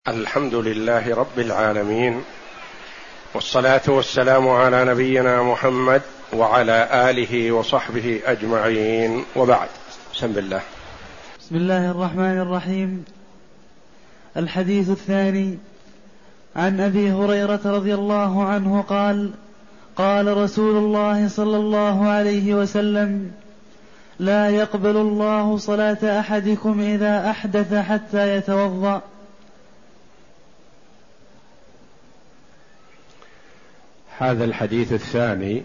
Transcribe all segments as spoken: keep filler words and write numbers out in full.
الحمد لله رب العالمين، والصلاة والسلام على نبينا محمد وعلى آله وصحبه أجمعين، وبعد. بسم الله. بسم الله الرحمن الرحيم. الحديث الثاني عن أبي هريرة رضي الله عنه قال: قال رسول الله صلى الله عليه وسلم: لا يقبل الله صلاة أحدكم إذا أحدث حتى يتوضأ. هذا الحديث الثاني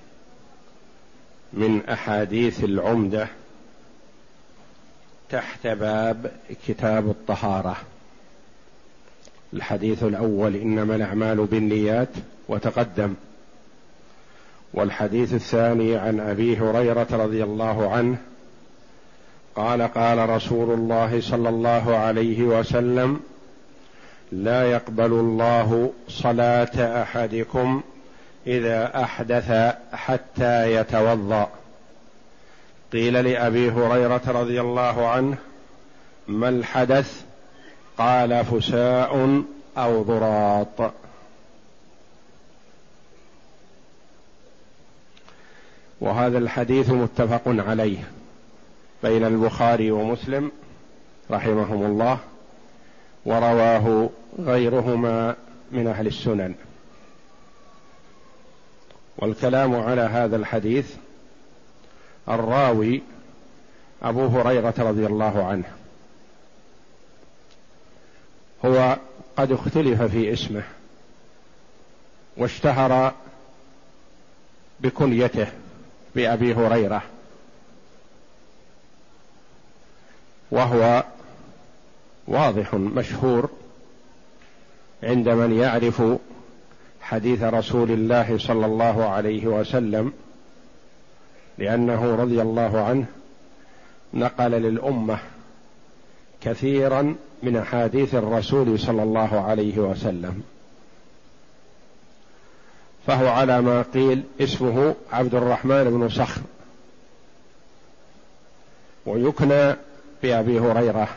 من أحاديث العمدة تحت باب كتاب الطهارة. الحديث الأول إنما الأعمال بالنيات وتقدم، والحديث الثاني عن أبي هريرة رضي الله عنه قال: قال رسول الله صلى الله عليه وسلم: لا يقبل الله صلاة أحدكم إذا أحدث حتى يتوضأ. قيل لأبي هريرة رضي الله عنه: ما الحدث؟ قال: فساء أو ضراط. وهذا الحديث متفق عليه بين البخاري ومسلم رحمهم الله، ورواه غيرهما من أهل السنن. والكلام على هذا الحديث الراوي أبو هريرة رضي الله عنه، هو قد اختلف في اسمه، واشتهر بكنيته بأبي هريرة، وهو واضح مشهور عند من يعرف حديث رسول الله صلى الله عليه وسلم، لأنه رضي الله عنه نقل للأمة كثيرا من أحاديث الرسول صلى الله عليه وسلم، فهو على ما قيل اسمه عبد الرحمن بن صخر، ويكنى بأبي هريرة،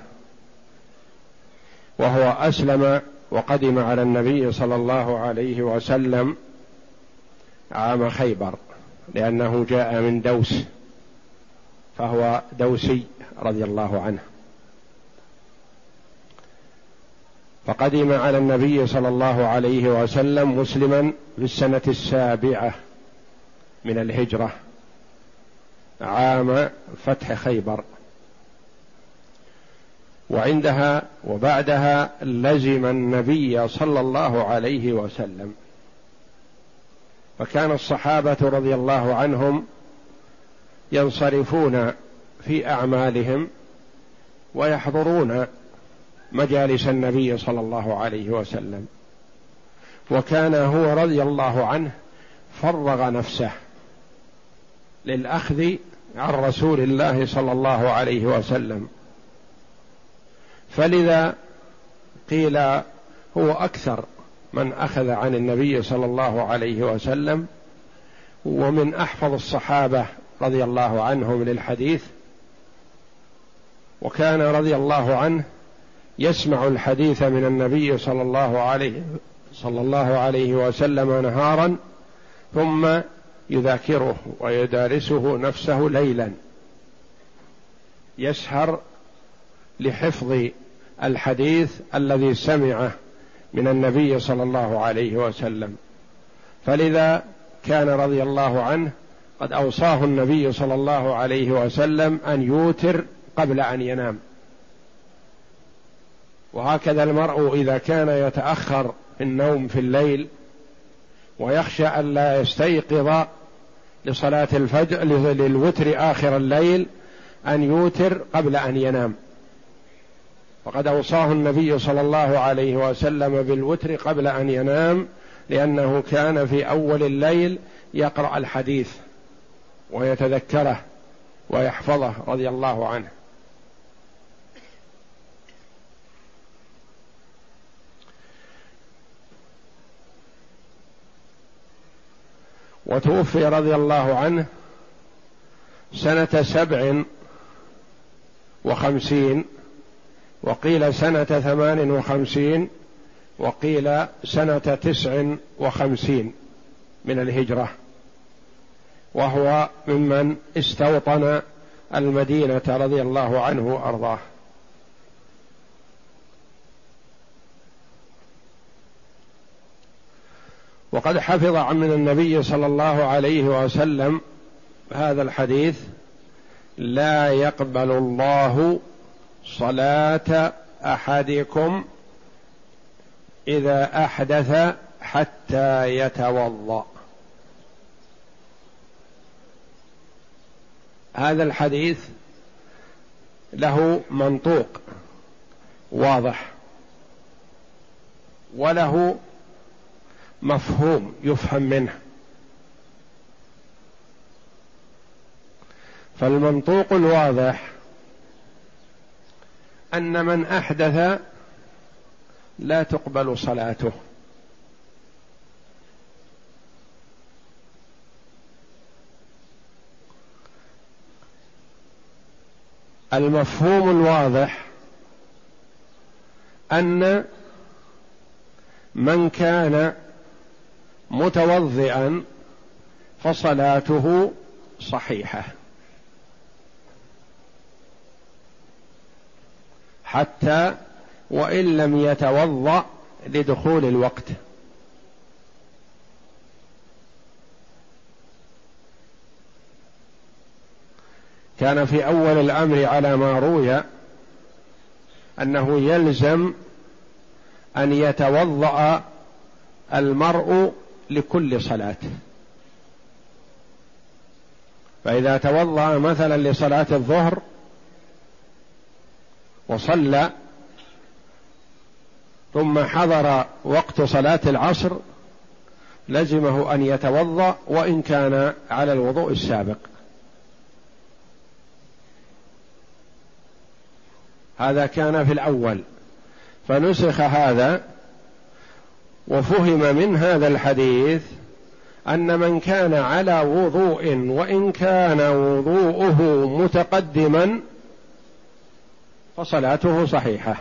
وهو أسلم وقدم على النبي صلى الله عليه وسلم عام خيبر، لأنه جاء من دوس، فهو دوسي رضي الله عنه، فقدم على النبي صلى الله عليه وسلم مسلما في السنة السابعة من الهجرة عام فتح خيبر، وعندها وبعدها لزم النبي صلى الله عليه وسلم. فكان الصحابة رضي الله عنهم ينصرفون في أعمالهم ويحضرون مجالس النبي صلى الله عليه وسلم، وكان هو رضي الله عنه فرغ نفسه للأخذ عن رسول الله صلى الله عليه وسلم، فلذا قيل هو أكثر من أخذ عن النبي صلى الله عليه وسلم، ومن أحفظ الصحابة رضي الله عنهم للحديث، وكان رضي الله عنه يسمع الحديث من النبي صلى الله عليه صلى الله عليه وسلم نهارا، ثم يذاكره ويدارسه نفسه ليلا، يسهر لحفظ الحديث الذي سمعه من النبي صلى الله عليه وسلم. فلذا كان رضي الله عنه قد أوصاه النبي صلى الله عليه وسلم أن يوتر قبل أن ينام، وهكذا المرء إذا كان يتأخر في النوم في الليل ويخشى أن لا يستيقظ لصلاة الفجر للوتر آخر الليل أن يوتر قبل أن ينام، وقد أوصاه النبي صلى الله عليه وسلم بالوتر قبل أن ينام، لأنه كان في أول الليل يقرأ الحديث ويتذكره ويحفظه رضي الله عنه. وتوفي رضي الله عنه سنة سبع وخمسين وقيل سنة ثمان وخمسين، وقيل سنة تسع وخمسين من الهجرة، وهو ممن استوطن المدينة رضي الله عنه وأرضاه. وقد حفظ عن النبي صلى الله عليه وسلم هذا الحديث: لا يقبل الله صلاة أحدكم إذا أحدث حتى يتوضأ. هذا الحديث له منطوق واضح، وله مفهوم يفهم منه. فالمنطوق الواضح أن من أحدث لا تقبل صلاته، المفهوم الواضح أن من كان متوضئا فصلاته صحيحة حتى وإن لم يتوضأ لدخول الوقت. كان في أول الأمر على ما روي أنه يلزم أن يتوضأ المرء لكل صلاة، فإذا توضأ مثلا لصلاة الظهر وصلى ثم حضر وقت صلاة العصر لزمه أن يتوضأ وإن كان على الوضوء السابق. هذا كان في الأول، فنسخ هذا، وفهم من هذا الحديث أن من كان على وضوء وإن كان وضوءه متقدما فصلاته صحيحة.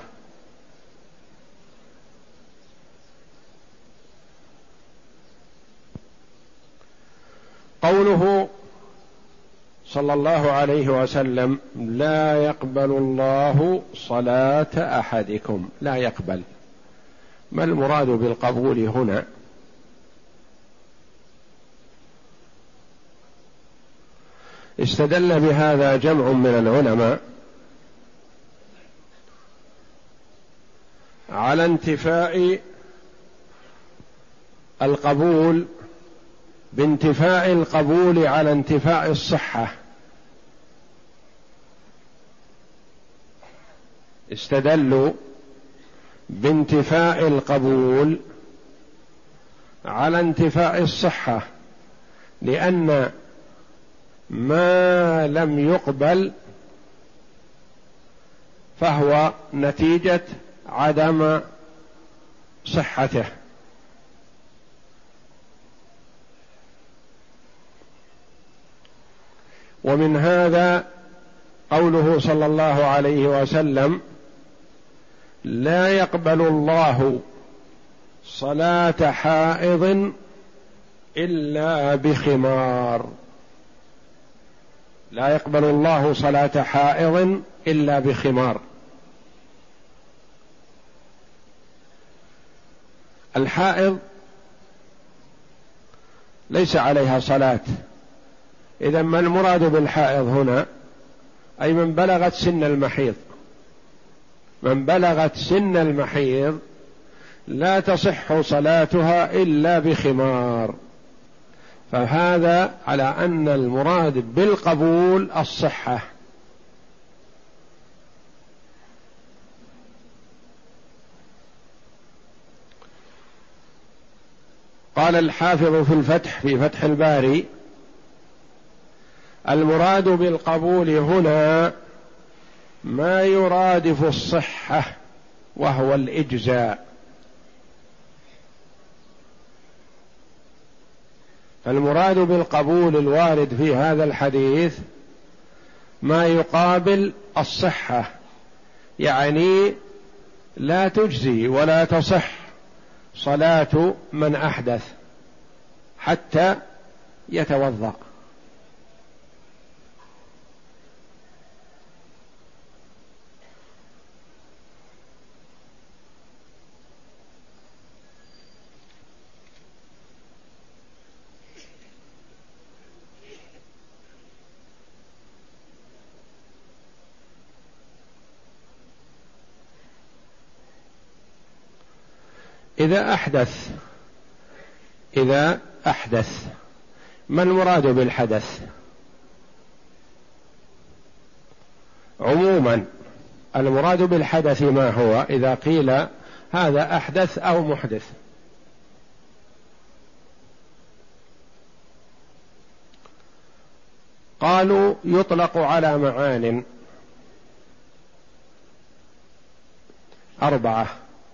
قوله صلى الله عليه وسلم: لا يقبل الله صلاة أحدكم، لا يقبل، ما المراد بالقبول هنا؟ استدل بهذا جمع من العلماء على انتفاء القبول بانتفاء القبول على انتفاء الصحة. استدلوا بانتفاء القبول على انتفاء الصحة، لأن ما لم يقبل فهو نتيجة عدم صحته. ومن هذا قوله صلى الله عليه وسلم: لا يقبل الله صلاة حائض إلا بخمار. لا يقبل الله صلاة حائض إلا بخمار. الحائض ليس عليها صلاة، إذن ما المراد بالحائض هنا؟ أي من بلغت سن المحيض. من بلغت سن المحيض لا تصح صلاتها إلا بخمار، فهذا على أن المراد بالقبول الصحة. قال الحافظ في الفتح في فتح الباري: المراد بالقبول هنا ما يرادف الصحة وهو الإجزاء. فالمراد بالقبول الوارد في هذا الحديث ما يقابل الصحة، يعني لا تجزي ولا تصح صلاة من أحدث حتى يتوضأ. إذا أحدث إذا أحدث ما المراد بالحدث؟ عموما المراد بالحدث ما هو إذا قيل هذا أحدث أو محدث؟ قالوا يطلق على معان أربعة.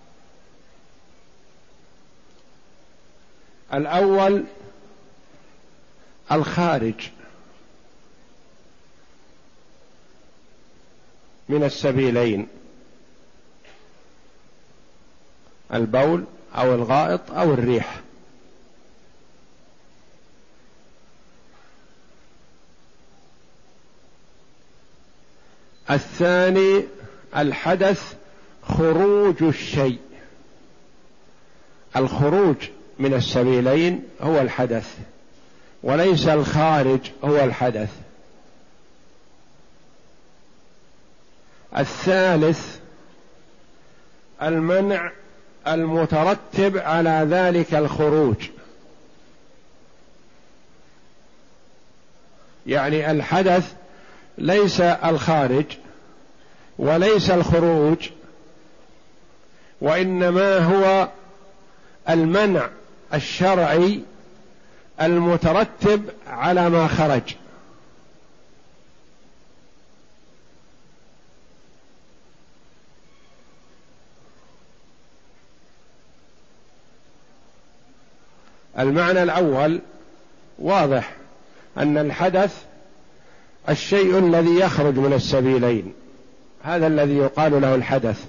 الأول الخارج من السبيلين، البول أو الغائط أو الريح. الثاني الحدث خروج الشيء، الخروج من السبيلين هو الحدث وليس الخارج هو الحدث. الثالث المنع المترتب على ذلك الخروج، يعني الحدث ليس الخارج وليس الخروج، وإنما هو المنع الشرعي المترتب على ما خرج. المعنى الأول واضح، أن الحدث الشيء الذي يخرج من السبيلين، هذا الذي يقال له الحدث.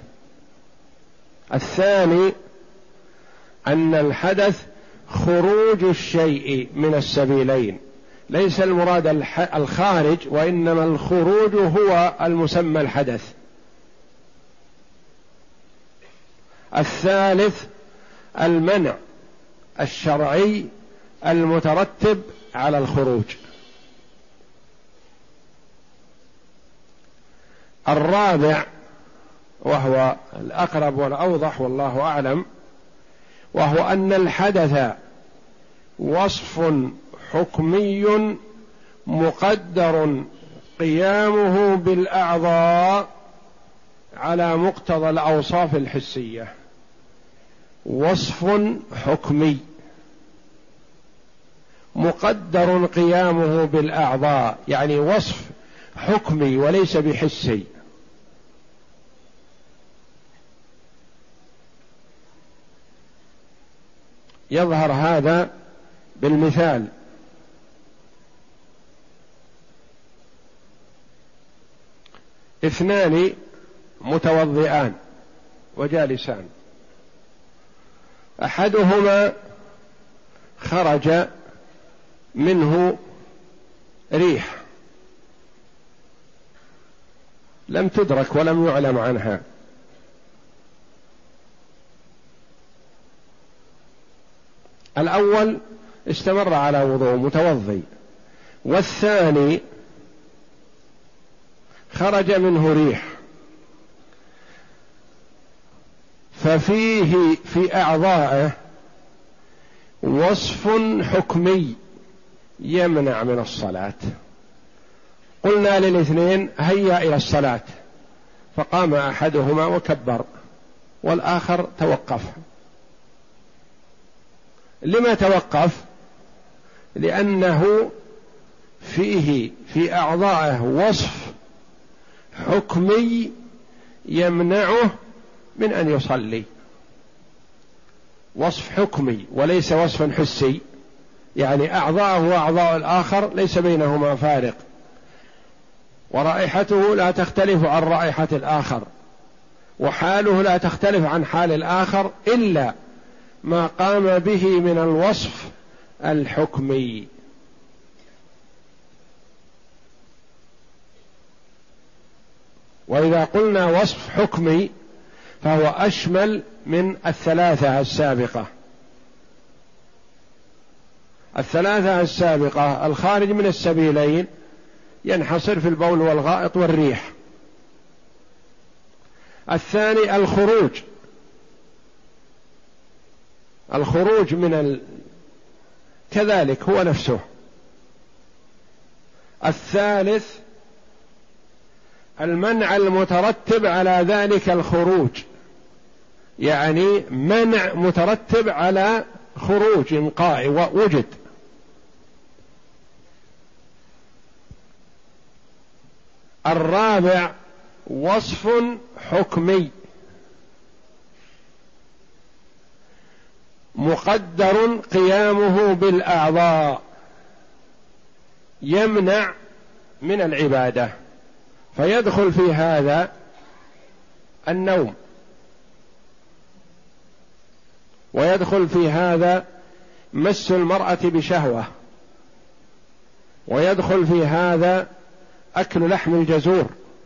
الثاني أن الحدث خروج الشيء من السبيلين، ليس المراد الخارج وإنما الخروج هو المسمى الحدث. الثالث المنع الشرعي المترتب على الخروج. الرابع وهو الأقرب والأوضح والله أعلم، وهو أن الحدث وصف حكمي مقدر قيامه بالأعضاء على مقتضى الأوصاف الحسية. وصف حكمي مقدر قيامه بالأعضاء، يعني وصف حكمي وليس بحسي. يظهر هذا بالمثال: اثنان متوضئان وجالسان، أحدهما خرج منه ريح لم تدرك ولم يعلم عنها، الأول استمر على وضوء متوضي، والثاني خرج منه ريح، ففيه في أعضائه وصف حكمي يمنع من الصلاة. قلنا للاثنين هيا إلى الصلاة، فقام أحدهما وكبر والآخر توقف. لما توقف؟ لأنه فيه في أعضائه وصف حكمي يمنعه من أن يصلي، وصف حكمي وليس وصف حسي، يعني أعضاءه وأعضاء الآخر ليس بينهما فارق، ورائحته لا تختلف عن رائحة الآخر، وحاله لا تختلف عن حال الآخر إلا ما قام به من الوصف الحكمي. وإذا قلنا وصف حكمي فهو أشمل من الثلاثة السابقة. الثلاثة السابقة الخارج من السبيلين ينحصر في البول والغائط والريح. الثاني الخروج، الخروج من ال... كذلك هو نفسه. الثالث المنع المترتب على ذلك الخروج، يعني منع مترتب على خروج قائع ووجد. الرابع وصف حكمي مقدر قيامه بالأعضاء يمنع من العبادة، فيدخل في هذا النوم، ويدخل في هذا مس المرأة بشهوة، ويدخل في هذا أكل لحم الجزور،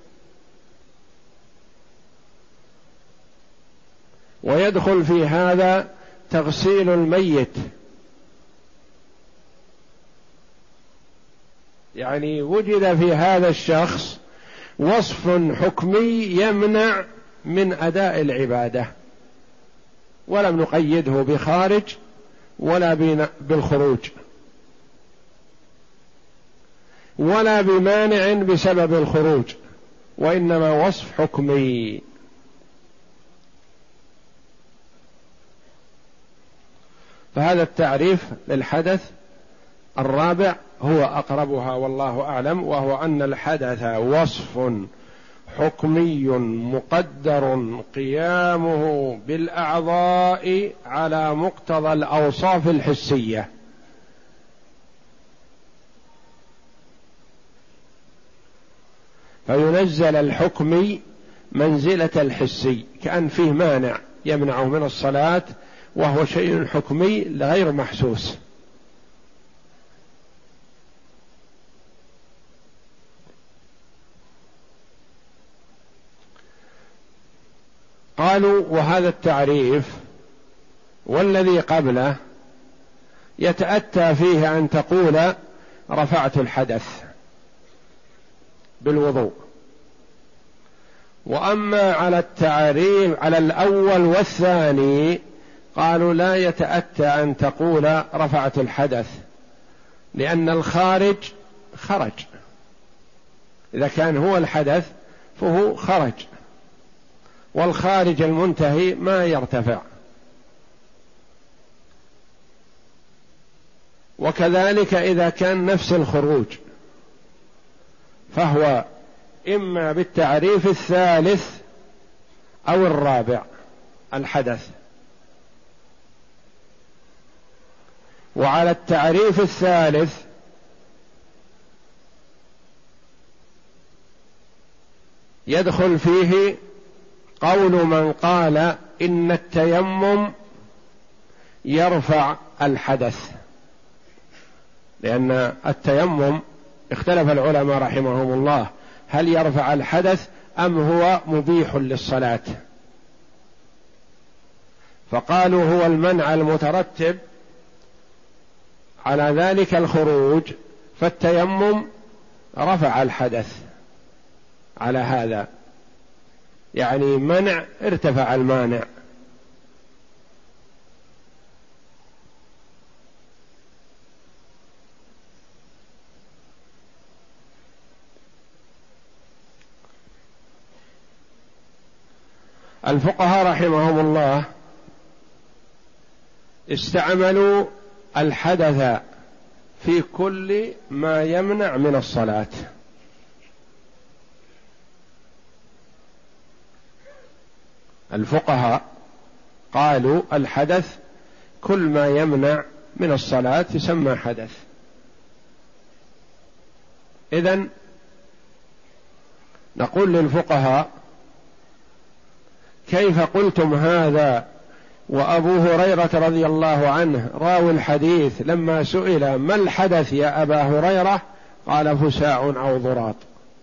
ويدخل في هذا تغسيل الميت. يعني وجد في هذا الشخص وصف حكمي يمنع من أداء العبادة، ولم نقيده بخارج ولا بالخروج ولا بمانع بسبب الخروج، وإنما وصف حكمي. فهذا التعريف للحدث الرابع هو أقربها والله أعلم، وهو أن الحدث وصف حكمي مقدر قيامه بالأعضاء على مقتضى الأوصاف الحسية. فينزل الحكمي منزلة الحسي، كأن فيه مانع يمنعه من الصلاة وهو شيء حكمي غير محسوس. قالوا وهذا التعريف والذي قبله يتأتى فيه أن تقول رفعت الحدث بالوضوء، وأما على التعريف على الأول والثاني قالوا لا يتأتى أن تقول رفعت الحدث، لأن الخارج خرج، إذا كان هو الحدث فهو خرج، والخارج المنتهي ما يرتفع. وكذلك إذا كان نفس الخروج فهو إما بالتعريف الثالث أو الرابع الحدث. وعلى التعريف الثالث يدخل فيه قول من قال إن التيمم يرفع الحدث، لأن التيمم اختلف العلماء رحمهم الله هل يرفع الحدث أم هو مبيح للصلاة، فقالوا هو المنع المترتب على ذلك الخروج، فالتيمم رفع الحدث على هذا، يعني منع ارتفع المانع. الفقهاء رحمهم الله استعملوا الحدث في كل ما يمنع من الصلاة، الفقهاء قالوا الحدث كل ما يمنع من الصلاة يسمى حدث. إذن نقول للفقهاء كيف قلتم هذا وأبو هريرة رضي الله عنه راوي الحديث لما سئل ما الحدث يا أبا هريرة قال فساء أو ضراط.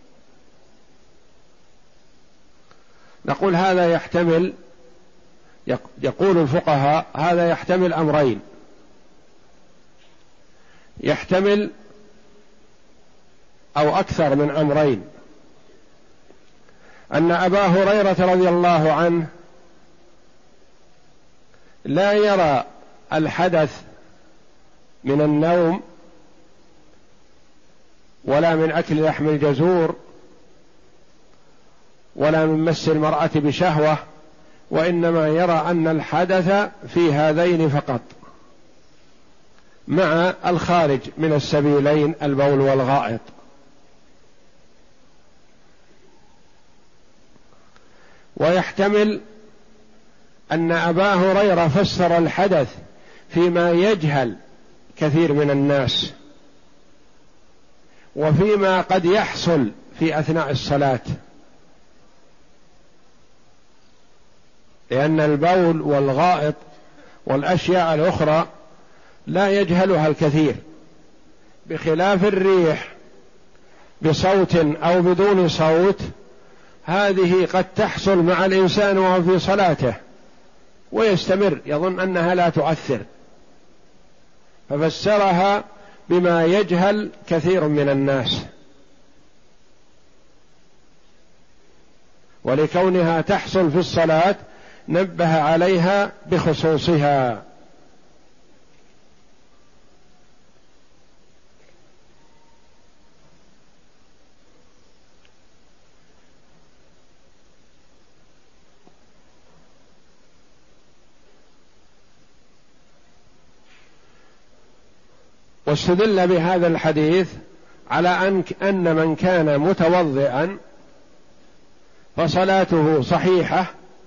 نقول هذا يحتمل، يقول الفقهاء هذا يحتمل أمرين، يحتمل أو أكثر من أمرين: أن أبا هريرة رضي الله عنه لا يرى الحدث من النوم ولا من أكل لحم الجزور ولا من مس المرأة بشهوة، وإنما يرى أن الحدث في هذين فقط، مع الخارج من السبيلين البول والغائط. ويحتمل أن أبا هريرة فسر الحدث فيما يجهل كثير من الناس وفيما قد يحصل في أثناء الصلاة، لأن البول والغائط والأشياء الأخرى لا يجهلها الكثير، بخلاف الريح بصوت أو بدون صوت، هذه قد تحصل مع الإنسان وهو في صلاته ويستمر يظن أنها لا تؤثر، ففسرها بما يجهل كثير من الناس، ولكونها تحصل في الصلاة نبه عليها بخصوصها. واستدل بهذا الحديث على أن أن من كان متوضئا فصلاته صحيحة،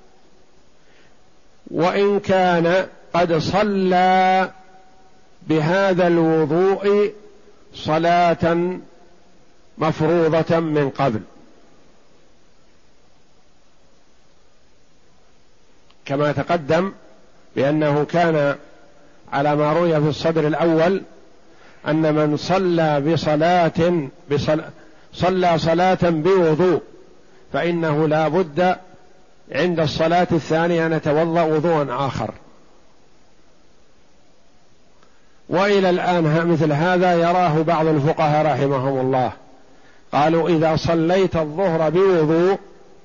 وإن كان قد صلى بهذا الوضوء صلاة مفروضة من قبل، كما تقدم بأنه كان على ما روي في الصدر الأول أن من صلى بصلاة بصل... صلى صلاة بوضوء فإنه لا بد عند الصلاة الثانية أن يتوضأ وضوءا آخر. وإلى الآن مثل هذا يراه بعض الفقهاء رحمهم الله، قالوا إذا صليت الظهر بوضوء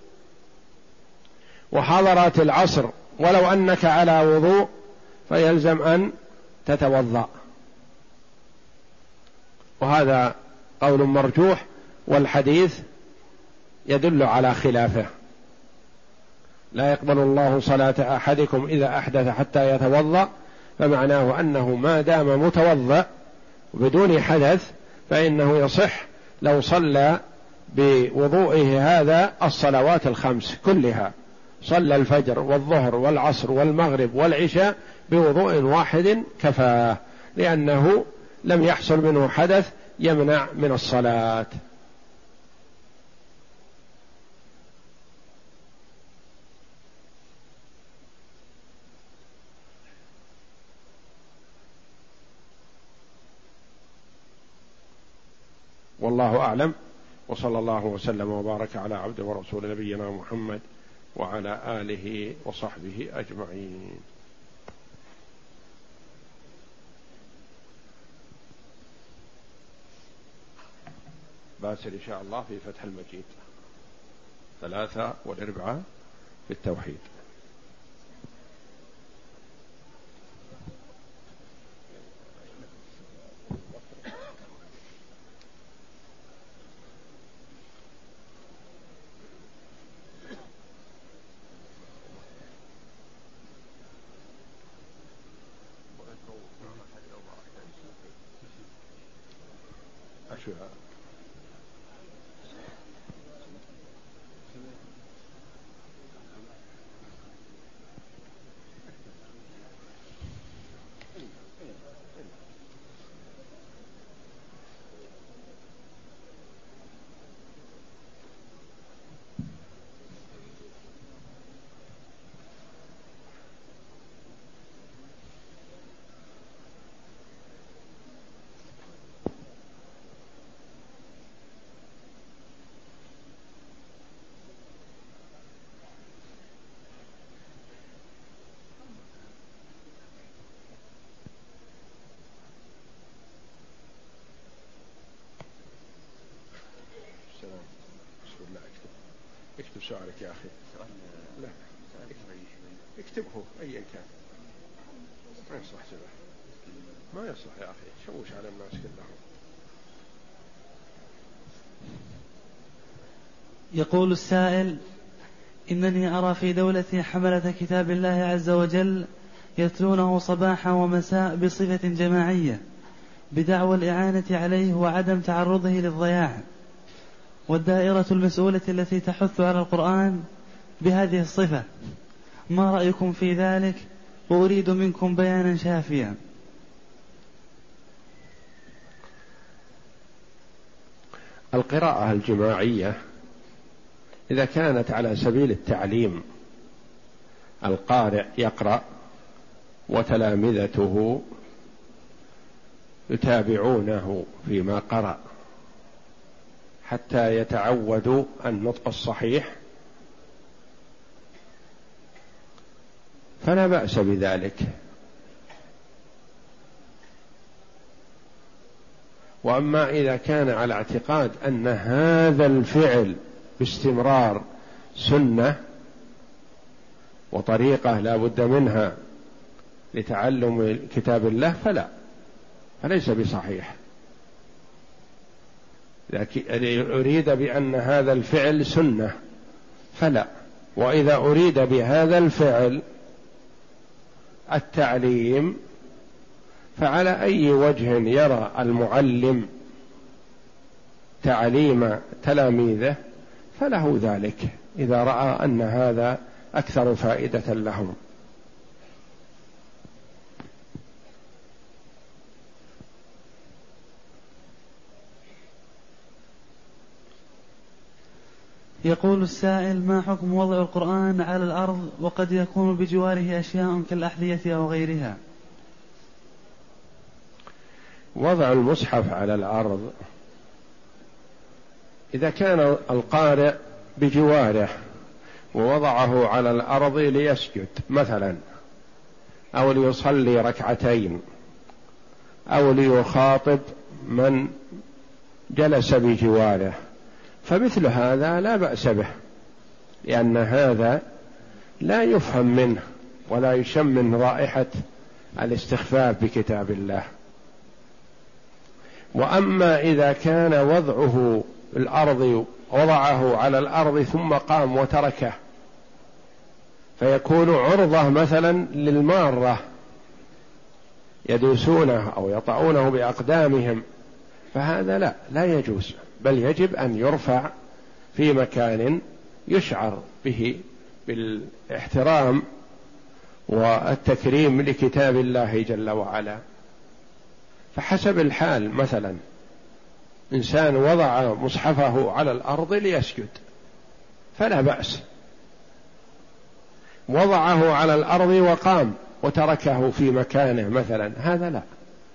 وحضرت العصر ولو أنك على وضوء فيلزم أن تتوضأ، وهذا قول مرجوح، والحديث يدل على خلافه. لا يقبل الله صلاة أحدكم إذا أحدث حتى يتوضأ، فمعناه أنه ما دام متوضأ بدون حدث فإنه يصح لو صلى بوضوئه هذا الصلوات الخمس كلها، صلى الفجر والظهر والعصر والمغرب والعشاء بوضوء واحد كفاه، لأنه لم يحصل منه حدث يمنع من الصلاة. والله أعلم، وصلى الله وسلم وبارك على عبد ورسول نبينا محمد وعلى آله وصحبه أجمعين. باسل إن شاء الله في فتح المجيد ثلاثة والأربعة في التوحيد. أشوها سؤالك يا أخي؟ لا اكتبه أيا كان، ما يصلح سبه، ما يصلح يا أخي، شوش على الناس كلهم. يقول السائل: إنني أرى في دولتي حملة كتاب الله عز وجل يتلونه صباحا ومساء بصفة جماعية بدعوى الإعانة عليه وعدم تعرضه للضياع، والدائرة المسؤولة التي تحث على القرآن بهذه الصفة، ما رأيكم في ذلك؟ وأريد منكم بيانا شافيا. القراءة الجماعية إذا كانت على سبيل التعليم، القارئ يقرأ وتلامذته يتابعونه فيما قرأ حتى يتعودوا النطق الصحيح، فلا بأس بذلك. وأما إذا كان على اعتقاد أن هذا الفعل باستمرار سنة وطريقة لا بد منها لتعلم كتاب الله فلا، فليس بصحيح. لكن أريد بأن هذا الفعل سنة فلا. وإذا أريد بهذا الفعل التعليم فعلى أي وجه يرى المعلم تعليم تلاميذه فله ذلك، إذا رأى أن هذا أكثر فائدة لهم. يقول السائل: ما حكم وضع القرآن على الأرض وقد يكون بجواره أشياء كالأحذية أو غيرها؟ وضع المصحف على الأرض إذا كان القارئ بجواره ووضعه على الأرض ليسجد مثلا، أو ليصلي ركعتين، أو ليخاطب من جلس بجواره، فمثل هذا لا بأس به، لأن هذا لا يفهم منه ولا يشم من رائحة الاستخفاف بكتاب الله. وأما إذا كان وضعه الأرض وضعه على الأرض ثم قام وتركه فيكون عرضة مثلا للمارة يدوسونه أو يطعونه بأقدامهم، فهذا لا لا يجوز، بل يجب أن يرفع في مكان يشعر به بالاحترام والتكريم لكتاب الله جل وعلا. فحسب الحال، مثلا إنسان وضع مصحفه على الأرض ليسجد فلا بأس، وضعه على الأرض وقام وتركه في مكانه مثلا، هذا لا.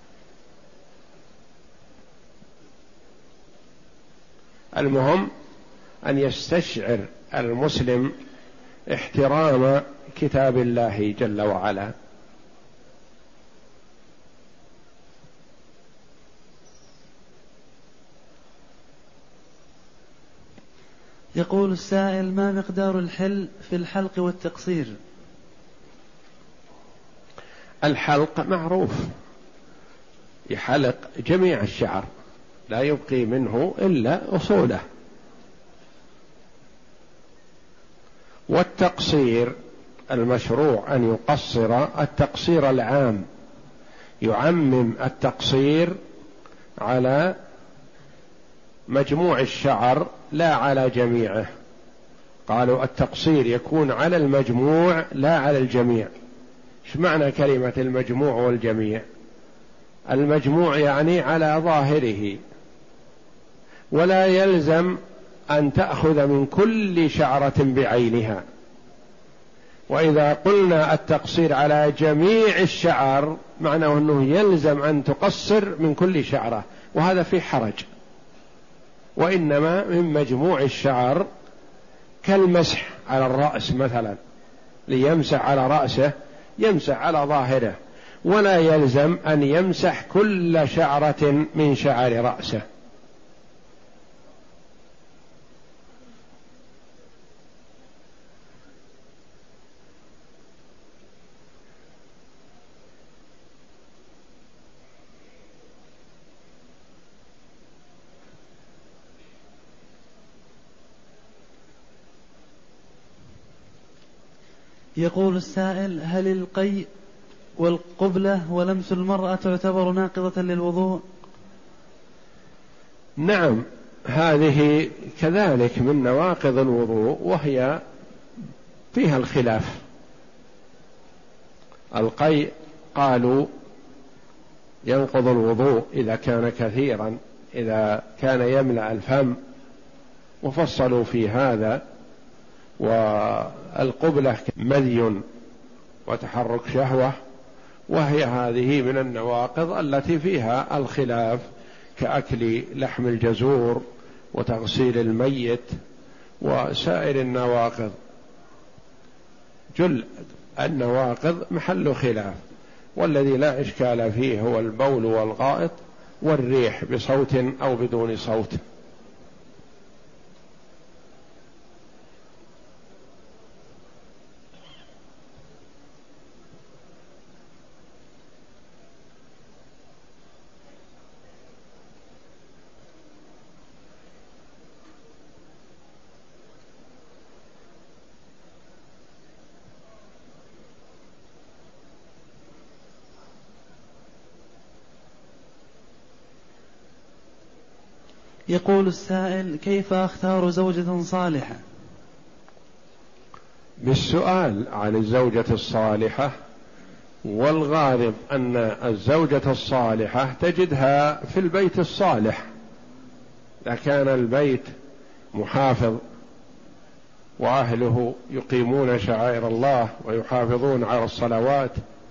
المهم أن يستشعر المسلم احترام كتاب الله جل وعلا. يقول السائل: ما مقدار الحل في الحلق والتقصير؟ الحلق معروف، يحلق جميع الشعر لا يبقي منه إلا أصوله. والتقصير المشروع أن يقصر التقصير العام، يعمم التقصير على مجموع الشعر لا على جميعه. قالوا التقصير يكون على المجموع لا على الجميع. ايش معنى كلمة المجموع والجميع؟ المجموع يعني على ظاهره، ولا يلزم أن تأخذ من كل شعرة بعينها. وإذا قلنا التقصير على جميع الشعر معناه أنه يلزم أن تقصر من كل شعرة، وهذا فيه حرج. وإنما من مجموع الشعر، كالمسح على الرأس مثلا، ليمسح على رأسه يمسح على ظاهره، ولا يلزم أن يمسح كل شعرة من شعر رأسه. يقول السائل: هل القيء والقبلة ولمس المرأة تعتبر ناقضة للوضوء؟ نعم، هذه كذلك من نواقض الوضوء، وهي فيها الخلاف. القيء قالوا ينقض الوضوء إذا كان كثيرا، إذا كان يملأ الفم، وفصلوا في هذا. والقبلة مذي وتحرك شهوة، وهي هذه من النواقض التي فيها الخلاف، كأكل لحم الجزور وتغسيل الميت وسائر النواقض. جل النواقض محل خلاف، والذي لا إشكال فيه هو البول والغائط والريح بصوت أو بدون صوت. يقول السائل: كيف أختار زوجة صالحة؟ بالسؤال عن الزوجة الصالحة، والغالب أن الزوجة الصالحة تجدها في البيت الصالح. إذا كان البيت محافظ وأهله يقيمون شعائر الله ويحافظون على الصلوات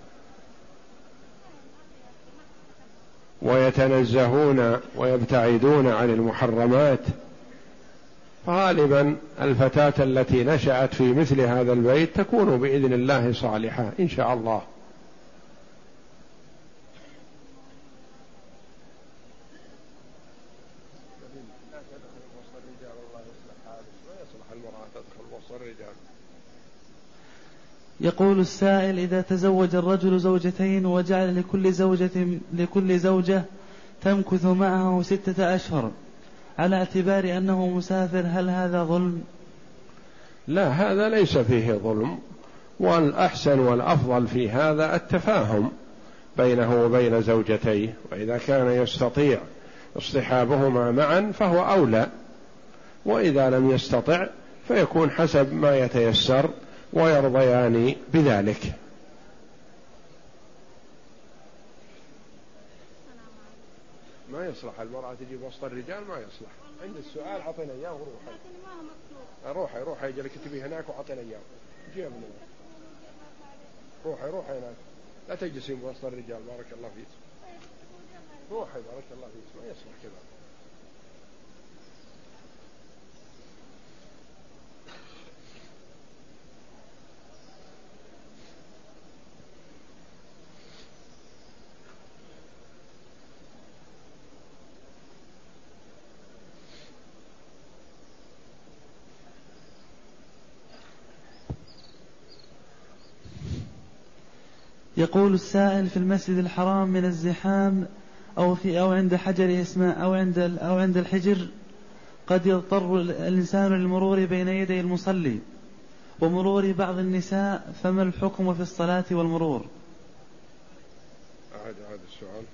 ويتنزهون ويبتعدون عن المحرمات، غالبا الفتاة التي نشأت في مثل هذا البيت تكون بإذن الله صالحة إن شاء الله. يقول السائل: إذا تزوج الرجل زوجتين وجعل لكل زوجة لكل زوجة تمكث معه ستة أشهر على اعتبار أنه مسافر، هل هذا ظلم؟ لا، هذا ليس فيه ظلم، والأحسن والأفضل في هذا التفاهم بينه وبين زوجتيه، وإذا كان يستطيع اصطحابهما معا فهو أولى، وإذا لم يستطع فيكون حسب ما يتيسر ويرضيان بذلك. ما يصلح المرأة تجي وسط الرجال، ما يصلح. عند السؤال عطينا إياه وروحي روحي روحي اجي لك تبي هناك وعطينا إياه. جيب من هناك، روحي روحي هناك، لا تجلسين وسط الرجال. بارك الله فيك، روحي بارك الله فيك، ما يصلح كذا. يقول السائل: في المسجد الحرام من الزحام أو في أو عند حجر إسماء أو عند أو عند الحجر قد يضطر الإنسان للمرور بين يدي المصلي ومرور بعض النساء، فما الحكم في الصلاة والمرور؟ أعد هذا السؤال.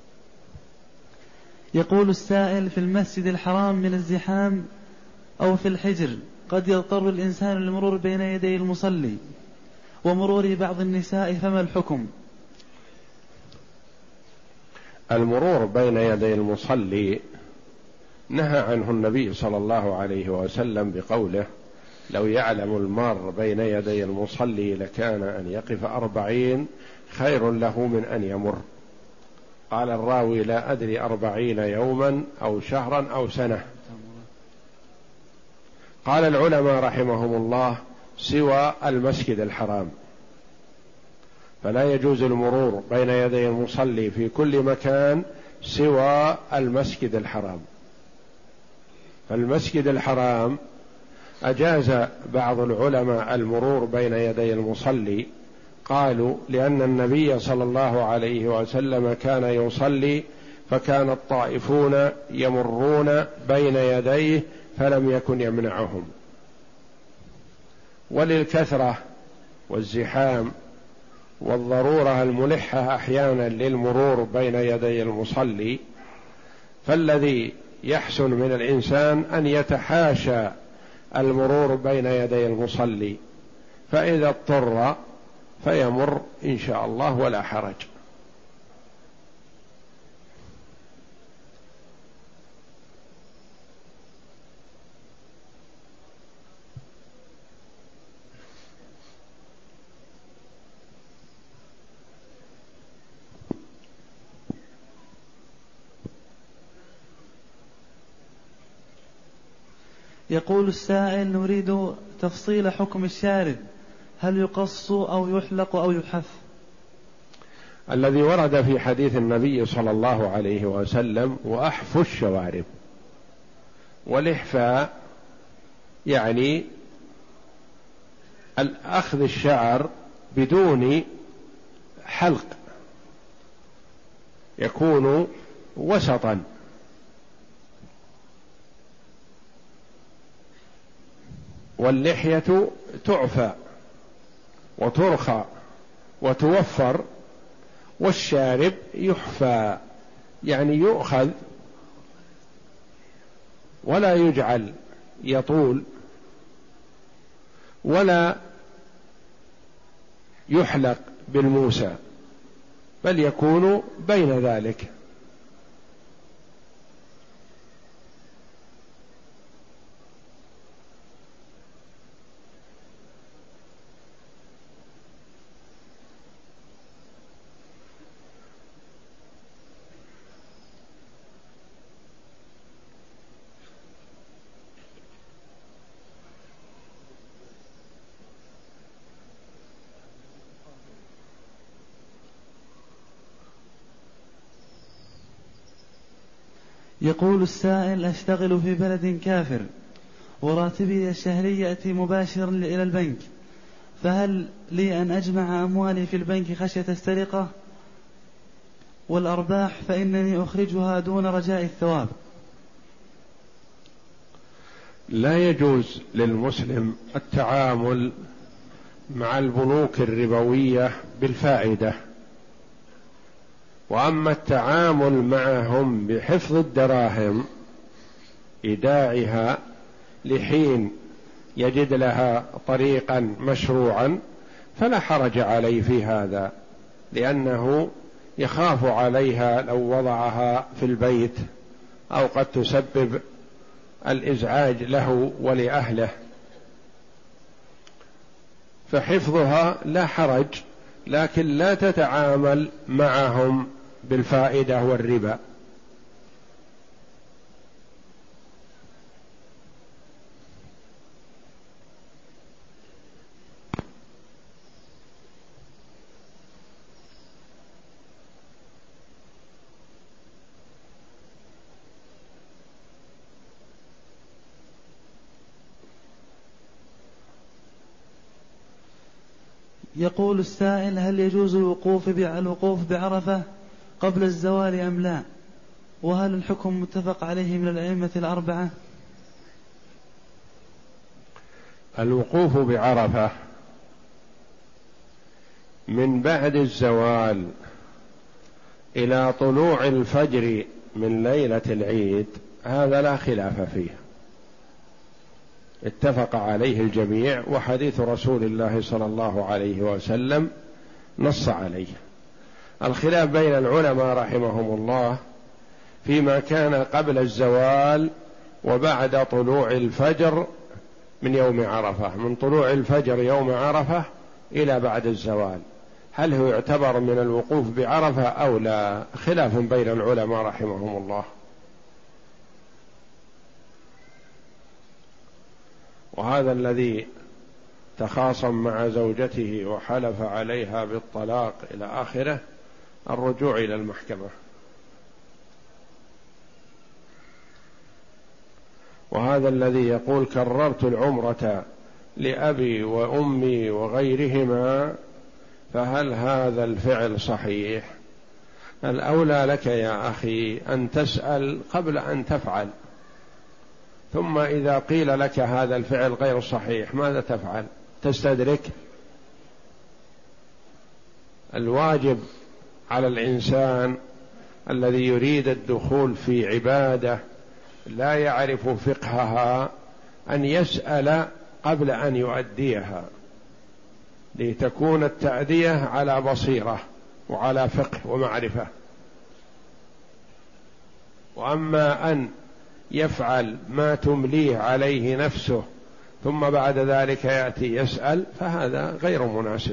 يقول السائل: في المسجد الحرام من الزحام أو في الحجر قد يضطر الإنسان للمرور بين يدي المصلي ومرور بعض النساء، فما الحكم؟ المرور بين يدي المصلي نهى عنه النبي صلى الله عليه وسلم بقوله: لو يعلم المار بين يدي المصلي لكان أن يقف أربعين خير له من أن يمر. قال الراوي: لا أدري أربعين يوما أو شهرا أو سنة. قال العلماء رحمهم الله: سوى المسجد الحرام، فلا يجوز المرور بين يدي المصلي في كل مكان سوى المسجد الحرام. فالمسجد الحرام أجاز بعض العلماء المرور بين يدي المصلي، قالوا: لأن النبي صلى الله عليه وسلم كان يصلي فكان الطائفون يمرون بين يديه فلم يكن يمنعهم. وللكثرة والزحام والضرورة الملحة أحيانا للمرور بين يدي المصلي، فالذي يحسن من الإنسان أن يتحاشى المرور بين يدي المصلي، فإذا اضطر فيمر إن شاء الله ولا حرج. يقول السائل: نريد تفصيل حكم الشارب، هل يقص أو يحلق أو يحف؟ الذي ورد في حديث النبي صلى الله عليه وسلم: وأحف الشوارب. والإحفاء يعني أخذ الشعر بدون حلق، يكون وسطا، واللحية تعفى وترخى وتوفر، والشارب يحفى يعني يؤخذ ولا يجعل يطول ولا يحلق بالموسى، بل يكون بين ذلك. يقول السائل: أشتغل في بلد كافر وراتبي الشهري يأتي مباشرا إلى البنك، فهل لي أن أجمع أموالي في البنك خشية السرقة، والأرباح فإنني أخرجها دون رجاء الثواب؟ لا يجوز للمسلم التعامل مع البنوك الربوية بالفائدة، وأما التعامل معهم بحفظ الدراهم إيداعها لحين يجد لها طريقا مشروعا فلا حرج عليه في هذا، لأنه يخاف عليها لو وضعها في البيت أو قد تسبب الإزعاج له ولأهله، فحفظها لا حرج، لكن لا تتعامل معهم بالفائدة والربا. يقول السائل: هل يجوز الوقوف الوقوف بعرفة قبل الزوال أم لا؟ وهل الحكم متفق عليه من الأئمة الأربعة؟ الوقوف بعرفة من بعد الزوال إلى طلوع الفجر من ليلة العيد هذا لا خلاف فيه، اتفق عليه الجميع، وحديث رسول الله صلى الله عليه وسلم نص عليه. الخلاف بين العلماء رحمهم الله فيما كان قبل الزوال وبعد طلوع الفجر من يوم عرفة، من طلوع الفجر يوم عرفة إلى بعد الزوال، هل هو يعتبر من الوقوف بعرفة أو لا؟ خلاف بين العلماء رحمهم الله. وهذا الذي تخاصم مع زوجته وحلف عليها بالطلاق إلى آخره الرجوع إلى المحكمة. وهذا الذي يقول كررت العمرة لأبي وأمي وغيرهما، فهل هذا الفعل صحيح؟ الأولى لك يا أخي أن تسأل قبل أن تفعل، ثم إذا قيل لك هذا الفعل غير صحيح ماذا تفعل؟ تستدرك؟ الواجب على الإنسان الذي يريد الدخول في عبادة لا يعرف فقهها أن يسأل قبل أن يؤديها، لتكون التأدية على بصيرة وعلى فقه ومعرفة. وأما أن يفعل ما تمليه عليه نفسه ثم بعد ذلك يأتي يسأل فهذا غير مناسب.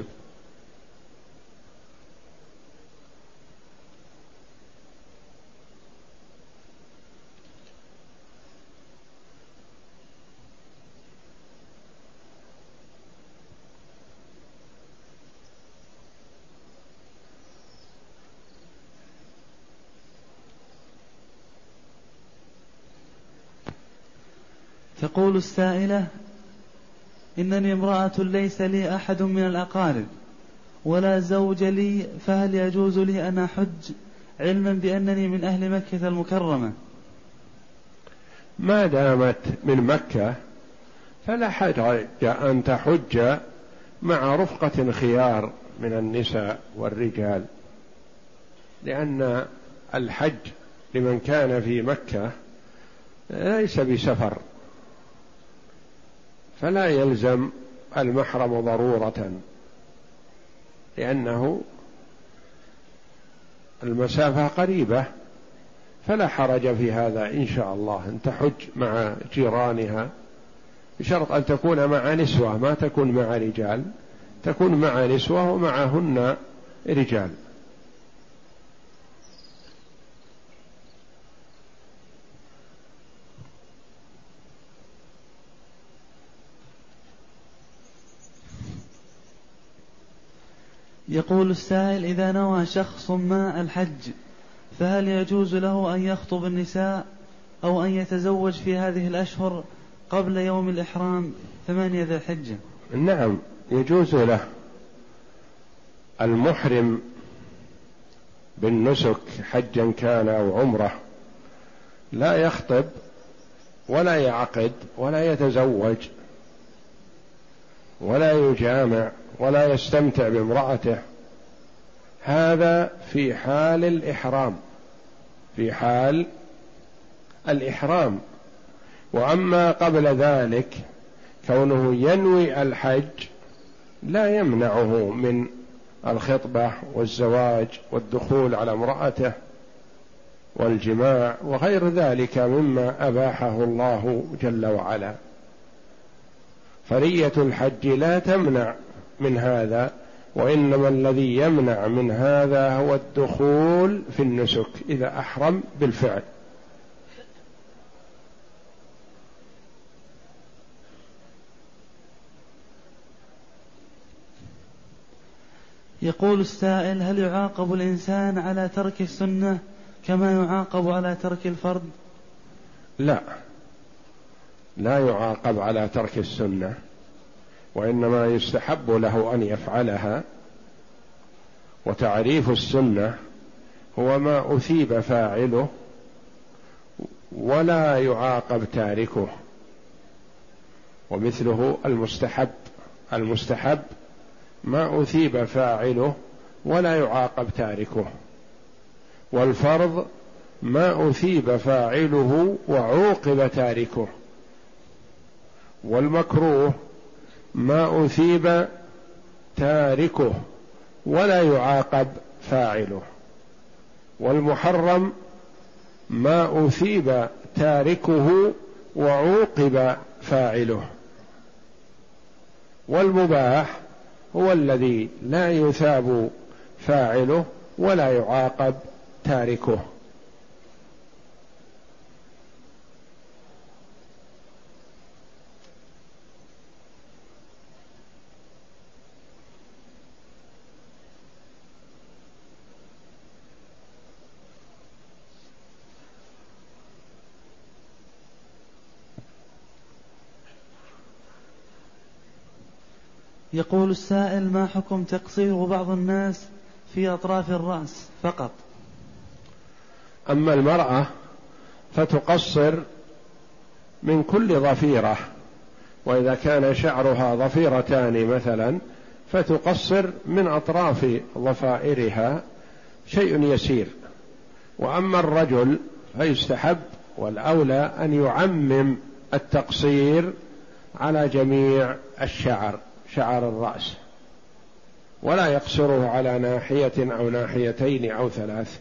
تقول السائلة: إنني امرأة ليس لي أحد من الأقارب ولا زوج لي، فهل يجوز لي أن أحج علما بأنني من أهل مكة المكرمة؟ ما دامت من مكة فلا حرج أن تحج مع رفقة خيار من النساء والرجال، لأن الحج لمن كان في مكة ليس بسفر، فلا يلزم المحرم ضرورة، لأنه المسافة قريبة، فلا حرج في هذا إن شاء الله أن تحج مع جيرانها، بشرط أن تكون مع نسوة، ما تكون مع رجال، تكون مع نسوة ومعهن رجال. يقول السائل: إذا نوى شخص ما الحج فهل يجوز له أن يخطب النساء أو أن يتزوج في هذه الأشهر قبل يوم الإحرام ثمانية ذي الحجة؟ نعم، يجوز له. المحرم بالنسك حجا كان أو عمره لا يخطب ولا يعقد ولا يتزوج ولا يجامع ولا يستمتع بامرأته، هذا في حال الإحرام، في حال الإحرام. وأما قبل ذلك كونه ينوي الحج لا يمنعه من الخطبة والزواج والدخول على امرأته والجماع وغير ذلك مما أباحه الله جل وعلا. فرية الحج لا تمنع من هذا، وإنما الذي يمنع من هذا هو الدخول في النسك إذا أحرم بالفعل. يقول السائل: هل يعاقب الإنسان على ترك السنة كما يعاقب على ترك الفرض؟ لا، لا يعاقب على ترك السنة، وإنما يستحب له أن يفعلها. وتعريف السنة هو ما أثيب فاعله ولا يعاقب تاركه، ومثله المستحب، المستحب ما أثيب فاعله ولا يعاقب تاركه، والفرض ما أثيب فاعله وعوقب تاركه، والمكروه ما أثيب تاركه ولا يعاقب فاعله، والمحرم ما أثيب تاركه وعوقب فاعله، والمباح هو الذي لا يثاب فاعله ولا يعاقب تاركه. يقول السائل: ما حكم تقصير بعض الناس في أطراف الرأس فقط؟ أما المرأة فتقصر من كل ضفيرة، وإذا كان شعرها ضفيرتان مثلا فتقصر من أطراف ضفائرها شيء يسير. وأما الرجل فيستحب والأولى أن يعمم التقصير على جميع الشعر، شعر الرأس، ولا يقصره على ناحية أو ناحيتين أو ثلاث.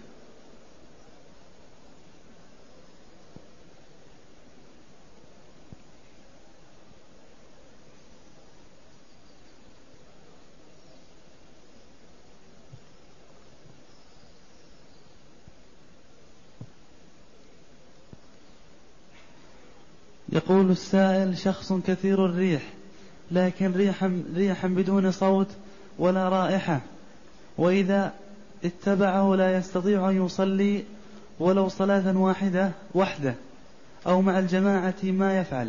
يقول السائل: شخص كثير الريح لكن ريحا, ريحا بدون صوت ولا رائحة، وإذا اتبعه لا يستطيع أن يصلي ولو صلاة واحدة وحده أو مع الجماعة، ما يفعل؟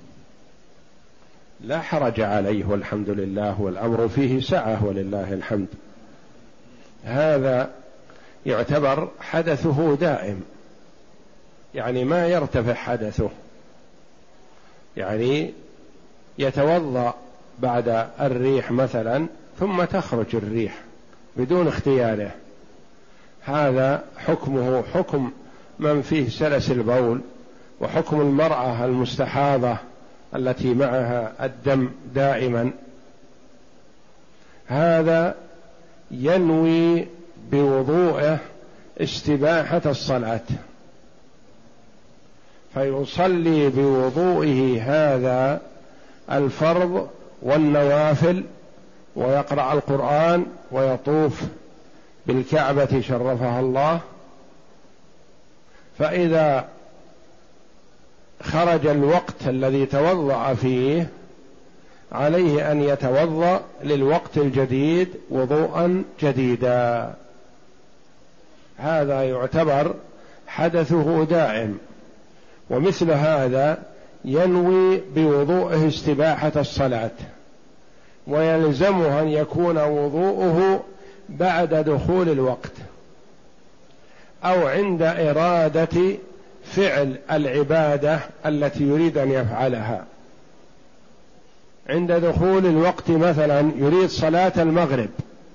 لا حرج عليه والحمد لله، والأمر فيه سعة ولله الحمد. هذا يعتبر حدثه دائم، يعني ما يرتفع حدثه، يعني يتوضأ بعد الريح مثلا ثم تخرج الريح بدون اختياره، هذا حكمه حكم من فيه سلس البول، وحكم المرأة المستحاضة التي معها الدم دائما. هذا ينوي بوضوءه استباحة الصلاة، فيصلي بوضوئه هذا الفرض والنوافل، ويقرأ القرآن ويطوف بالكعبة شرفها الله. فإذا خرج الوقت الذي توضأ فيه عليه أن يتوضأ للوقت الجديد وضوءا جديدا. هذا يعتبر حدثه دائم، ومثل هذا ينوي بوضوءه استباحة الصلاة، ويلزمه أن يكون وضوءه بعد دخول الوقت أو عند إرادة فعل العبادة التي يريد أن يفعلها. عند دخول الوقت مثلا يريد صلاة المغرب،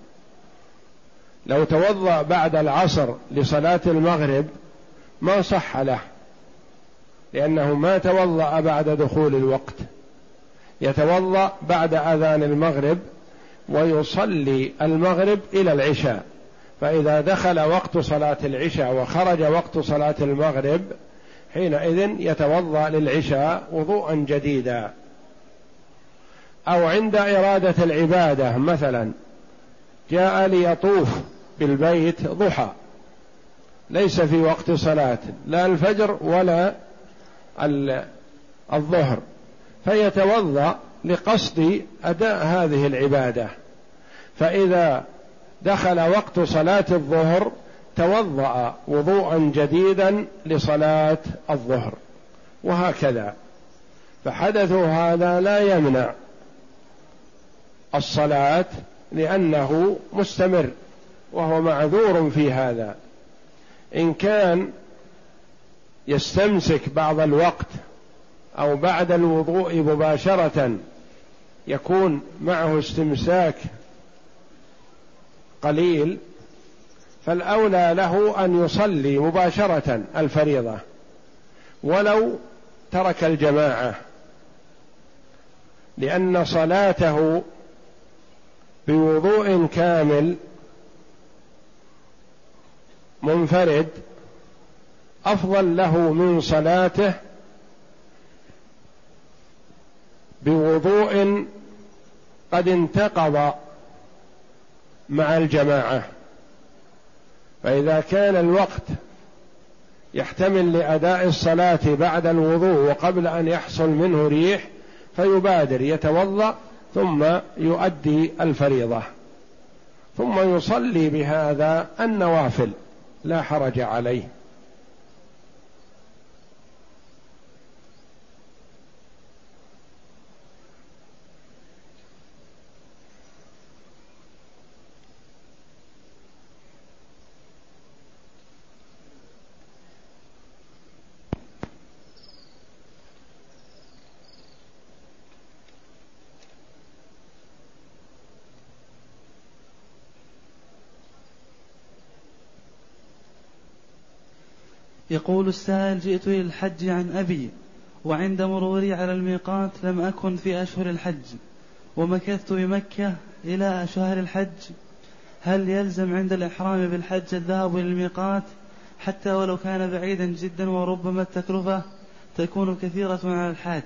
لو توضأ بعد العصر لصلاة المغرب ما صح له، لأنه ما توضأ بعد دخول الوقت، يتوضأ بعد أذان المغرب ويصلي المغرب إلى العشاء، فإذا دخل وقت صلاة العشاء وخرج وقت صلاة المغرب حينئذ يتوضأ للعشاء وضوءا جديدا. أو عند إرادة العبادة مثلا جاء ليطوف بالبيت ضحى، ليس في وقت صلاة لا الفجر ولا الظهر، فيتوضأ لقصد أداء هذه العبادة، فإذا دخل وقت صلاة الظهر توضأ وضوءا جديدا لصلاة الظهر، وهكذا. فحدثه هذا لا يمنع الصلاة لأنه مستمر وهو معذور في هذا. إن كان يستمسك بعض الوقت أو بعد الوضوء مباشرة يكون معه استمساك قليل، فالأولى له أن يصلي مباشرة الفريضة ولو ترك الجماعة، لأن صلاته بوضوء كامل منفرد أفضل له من صلاته بوضوء قد انتقض مع الجماعة. فإذا كان الوقت يحتمل لأداء الصلاة بعد الوضوء وقبل أن يحصل منه ريح فيبادر يتوضأ ثم يؤدي الفريضة ثم يصلي بهذا النوافل، لا حرج عليه. يقول السائل: جئت للحج عن أبي، وعند مروري على الميقات لم أكن في أشهر الحج، ومكثت بمكة إلى شهر الحج، هل يلزم عند الإحرام بالحج الذهاب إلى الميقات حتى ولو كان بعيدا جدا، وربما التكلفة تكون كثيرة على الحاج؟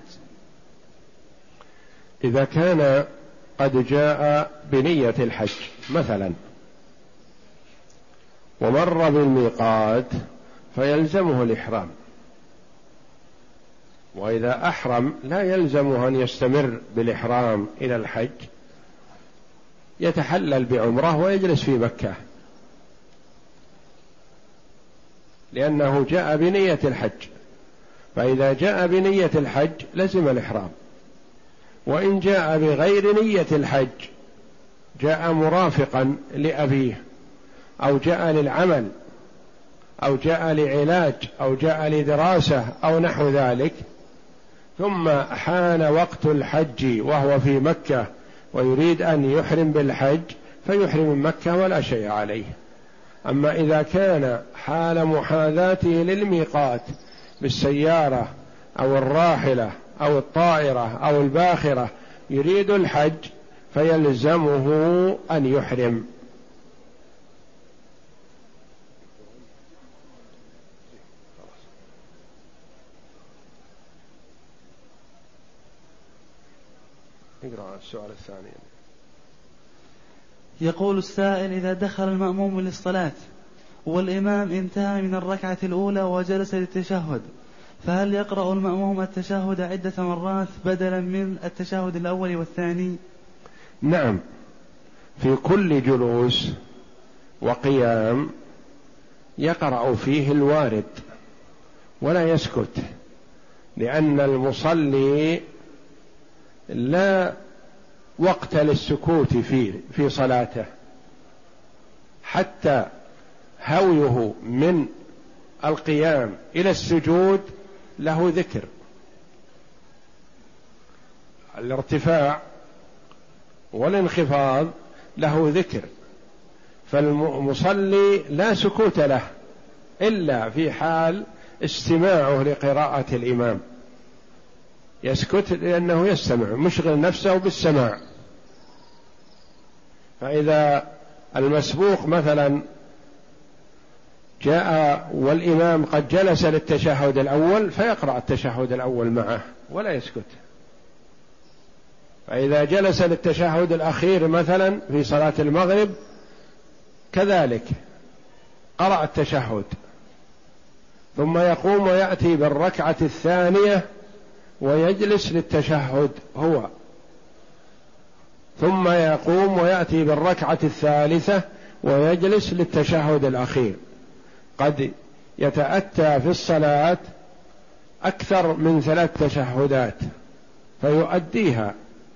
إذا كان قد جاء بنية الحج مثلا ومر بالميقات فيلزمه الإحرام، وإذا أحرم لا يلزمه أن يستمر بالإحرام إلى الحج، يتحلل بعمره ويجلس في مكة، لأنه جاء بنية الحج. فإذا جاء بنية الحج لزم الإحرام، وإن جاء بغير نية الحج، جاء مرافقا لأبيه أو جاء للعمل أو جاء لعلاج أو جاء لدراسة أو نحو ذلك، ثم حان وقت الحج وهو في مكة ويريد أن يحرم بالحج فيحرم من مكة ولا شيء عليه. أما إذا كان حال محاذاته للميقات بالسيارة أو الراحلة أو الطائرة أو الباخرة يريد الحج فيلزمه أن يحرم. اقرأ السؤال الثاني. يقول السائل: إذا دخل المأموم للصلاة والإمام انتهى من الركعة الأولى وجلس للتشهد، فهل يقرأ المأموم التشهد عدة مرات بدلا من التشهد الأول والثاني؟ نعم، في كل جلوس وقيام يقرأ فيه الوارد ولا يسكت، لأن المصلي لا وقت للسكوت في في صلاته، حتى هويه من القيام إلى السجود له ذكر. الارتفاع والانخفاض له ذكر، فالمصلي لا سكوت له إلا في حال استماعه لقراءة الإمام، يسكت لأنه يستمع، مشغل نفسه بالسماع. فإذا المسبوق مثلا جاء والإمام قد جلس للتشهد الأول فيقرأ التشهد الأول معه ولا يسكت. فإذا جلس للتشهد الأخير مثلا في صلاة المغرب كذلك قرأ التشهد، ثم يقوم ويأتي بالركعة الثانية ويجلس للتشهد هو، ثم يقوم ويأتي بالركعة الثالثة ويجلس للتشهد الأخير. قد يتأتى في الصلاة أكثر من ثلاث تشهدات فيؤديها.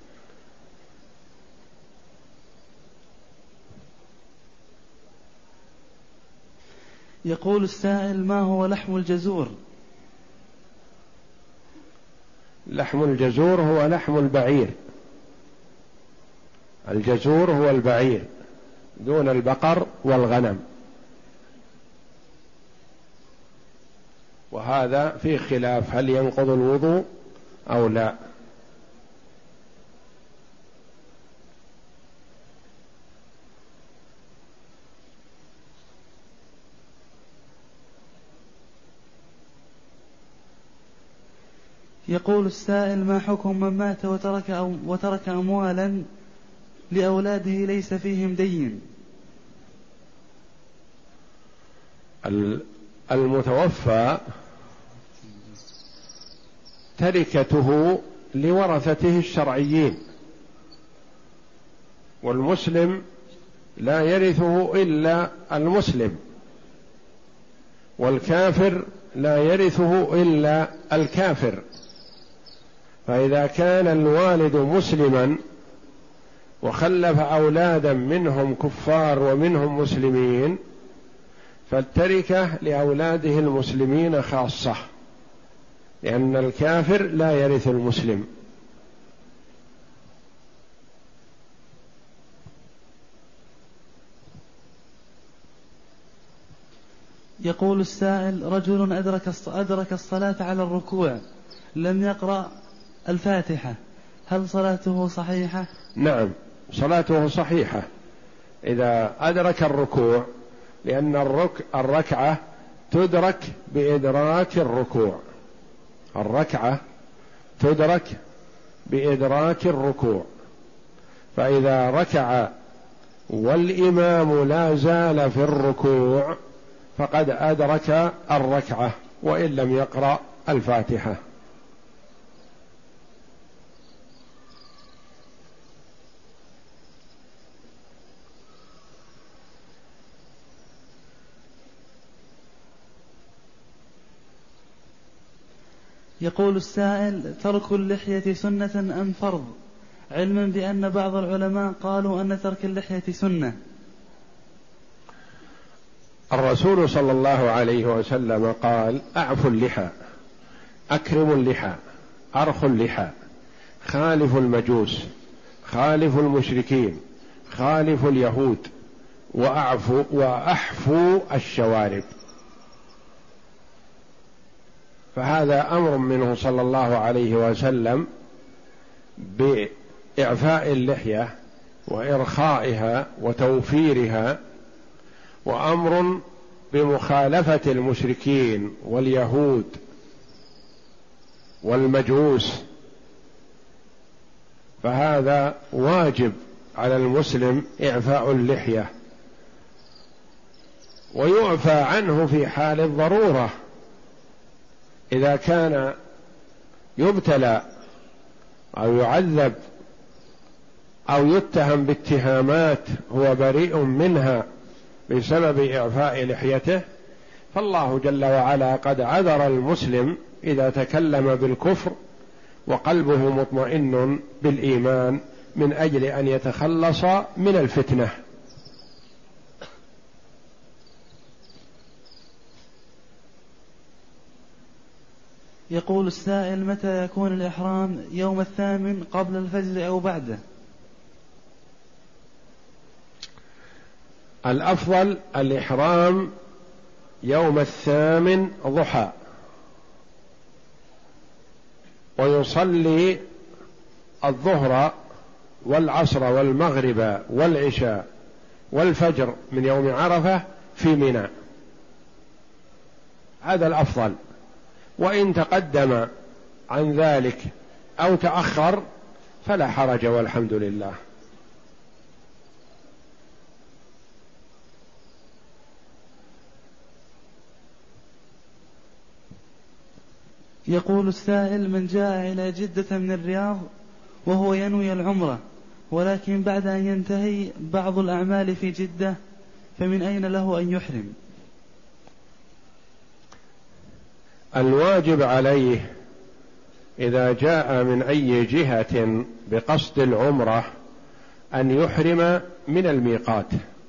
يقول السائل: ما هو لحم الجزور؟ لحم الجزور هو لحم البعير، الجزور هو البعير دون البقر والغنم، وهذا فيه خلاف هل ينقض الوضوء أو لا. يقول السائل: ما حكم من مات وترك, أو وترك أموالا لأولاده ليس فيهم دين؟ المتوفى تركته لورثته الشرعيين، والمسلم لا يرثه إلا المسلم، والكافر لا يرثه إلا الكافر. فإذا كان الوالد مسلما وخلف أولادا منهم كفار ومنهم مسلمين فالتركة لأولاده المسلمين خاصة، لأن الكافر لا يرث المسلم. يقول السائل: رجل أدرك أدرك الصلاة على الركوع لم يقرأ الفاتحة، هل صلاته صحيحة؟ نعم، صلاته صحيحة إذا أدرك الركوع، لأن الرك الركعة تدرك بإدراك الركوع، الركعة تدرك بإدراك الركوع، فإذا ركع والإمام لا زال في الركوع فقد أدرك الركعة وإن لم يقرأ الفاتحة. يقول السائل: ترك اللحية سنة أم فرض؟ علما بأن بعض العلماء قالوا أن ترك اللحية سنة. الرسول صلى الله عليه وسلم قال: أعفوا اللحى، أكرموا اللحى، أرخوا اللحى، خالفوا المجوس، خالفوا المشركين، خالفوا اليهود، وأعفوا وأحفوا الشوارب. فهذا أمر منه صلى الله عليه وسلم بإعفاء اللحية وإرخائها وتوفيرها، وأمر بمخالفة المشركين واليهود والمجوس، فهذا واجب على المسلم إعفاء اللحية، ويعفى عنه في حال الضرورة إذا كان يبتلى أو يعذب أو يتهم باتهامات هو بريء منها بسبب إعفاء لحيته، فالله جل وعلا قد عذر المسلم إذا تكلم بالكفر وقلبه مطمئن بالإيمان من أجل أن يتخلص من الفتنة. يقول السائل: متى يكون الإحرام؟ يوم الثامن قبل الفجر أو بعده؟ الأفضل الإحرام يوم الثامن ضحى، ويصلي الظهر والعصر والمغرب والعشاء والفجر من يوم عرفة في منى، هذا الأفضل. وإن تقدم عن ذلك أو تأخر فلا حرج والحمد لله. يقول السائل: من جاء إلى جدة من الرياض وهو ينوي العمرة، ولكن بعد أن ينتهي بعض الأعمال في جدة، فمن أين له أن يحرم؟ الواجب عليه إذا جاء من أي جهة بقصد العمرة أن يحرم من الميقات،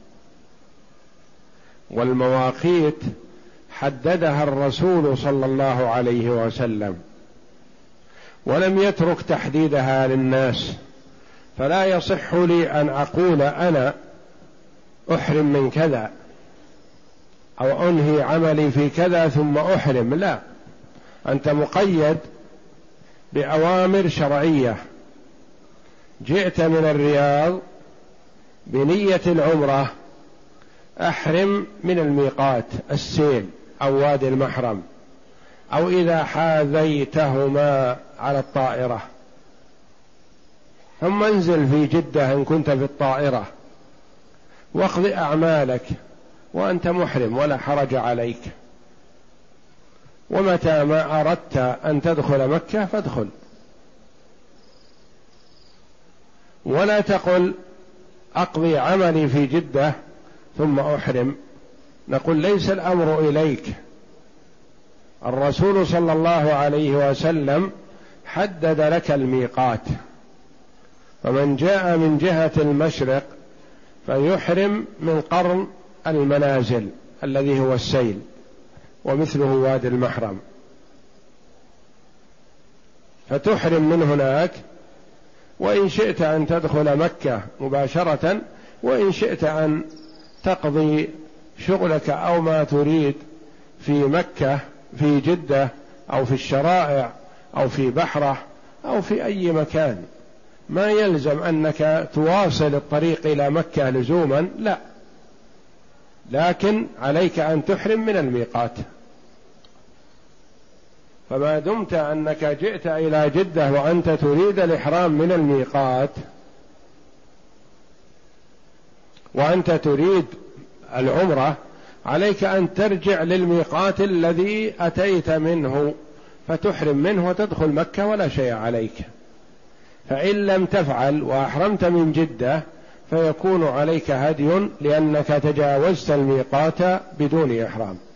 والمواقيت حددها الرسول صلى الله عليه وسلم ولم يترك تحديدها للناس، فلا يصح لي أن أقول أنا أحرم من كذا أو أنهي عملي في كذا ثم أحرم، لا، أنت مقيد بأوامر شرعية. جئت من الرياض بنية العمرة، أحرم من الميقات السيل أو وادي المحرم، أو إذا حاذيتهما على الطائرة، ثم انزل في جدة إن كنت في الطائرة واقض أعمالك وأنت محرم ولا حرج عليك. ومتى ما أردت أن تدخل مكة فادخل، ولا تقل أقضي عملي في جدة ثم أحرم، نقول ليس الأمر إليك. الرسول صلى الله عليه وسلم حدد لك الميقات، فمن جاء من جهة المشرق فيحرم من قرن المنازل الذي هو السيل ومثله وادي المحرم، فتحرم من هناك، وإن شئت أن تدخل مكة مباشرة، وإن شئت أن تقضي شغلك أو ما تريد في مكة في جدة أو في الشرائع أو في بحرة أو في أي مكان، ما يلزم أنك تواصل الطريق إلى مكة لزوما، لا، لكن عليك أن تحرم من الميقات. فما دمت أنك جئت إلى جدة وأنت تريد الإحرام من الميقات وأنت تريد العمرة، عليك أن ترجع للميقات الذي أتيت منه فتحرم منه وتدخل مكة ولا شيء عليك. فإن لم تفعل وأحرمت من جدة فيكون عليك هدي، لأنك تجاوزت الميقات بدون إحرام.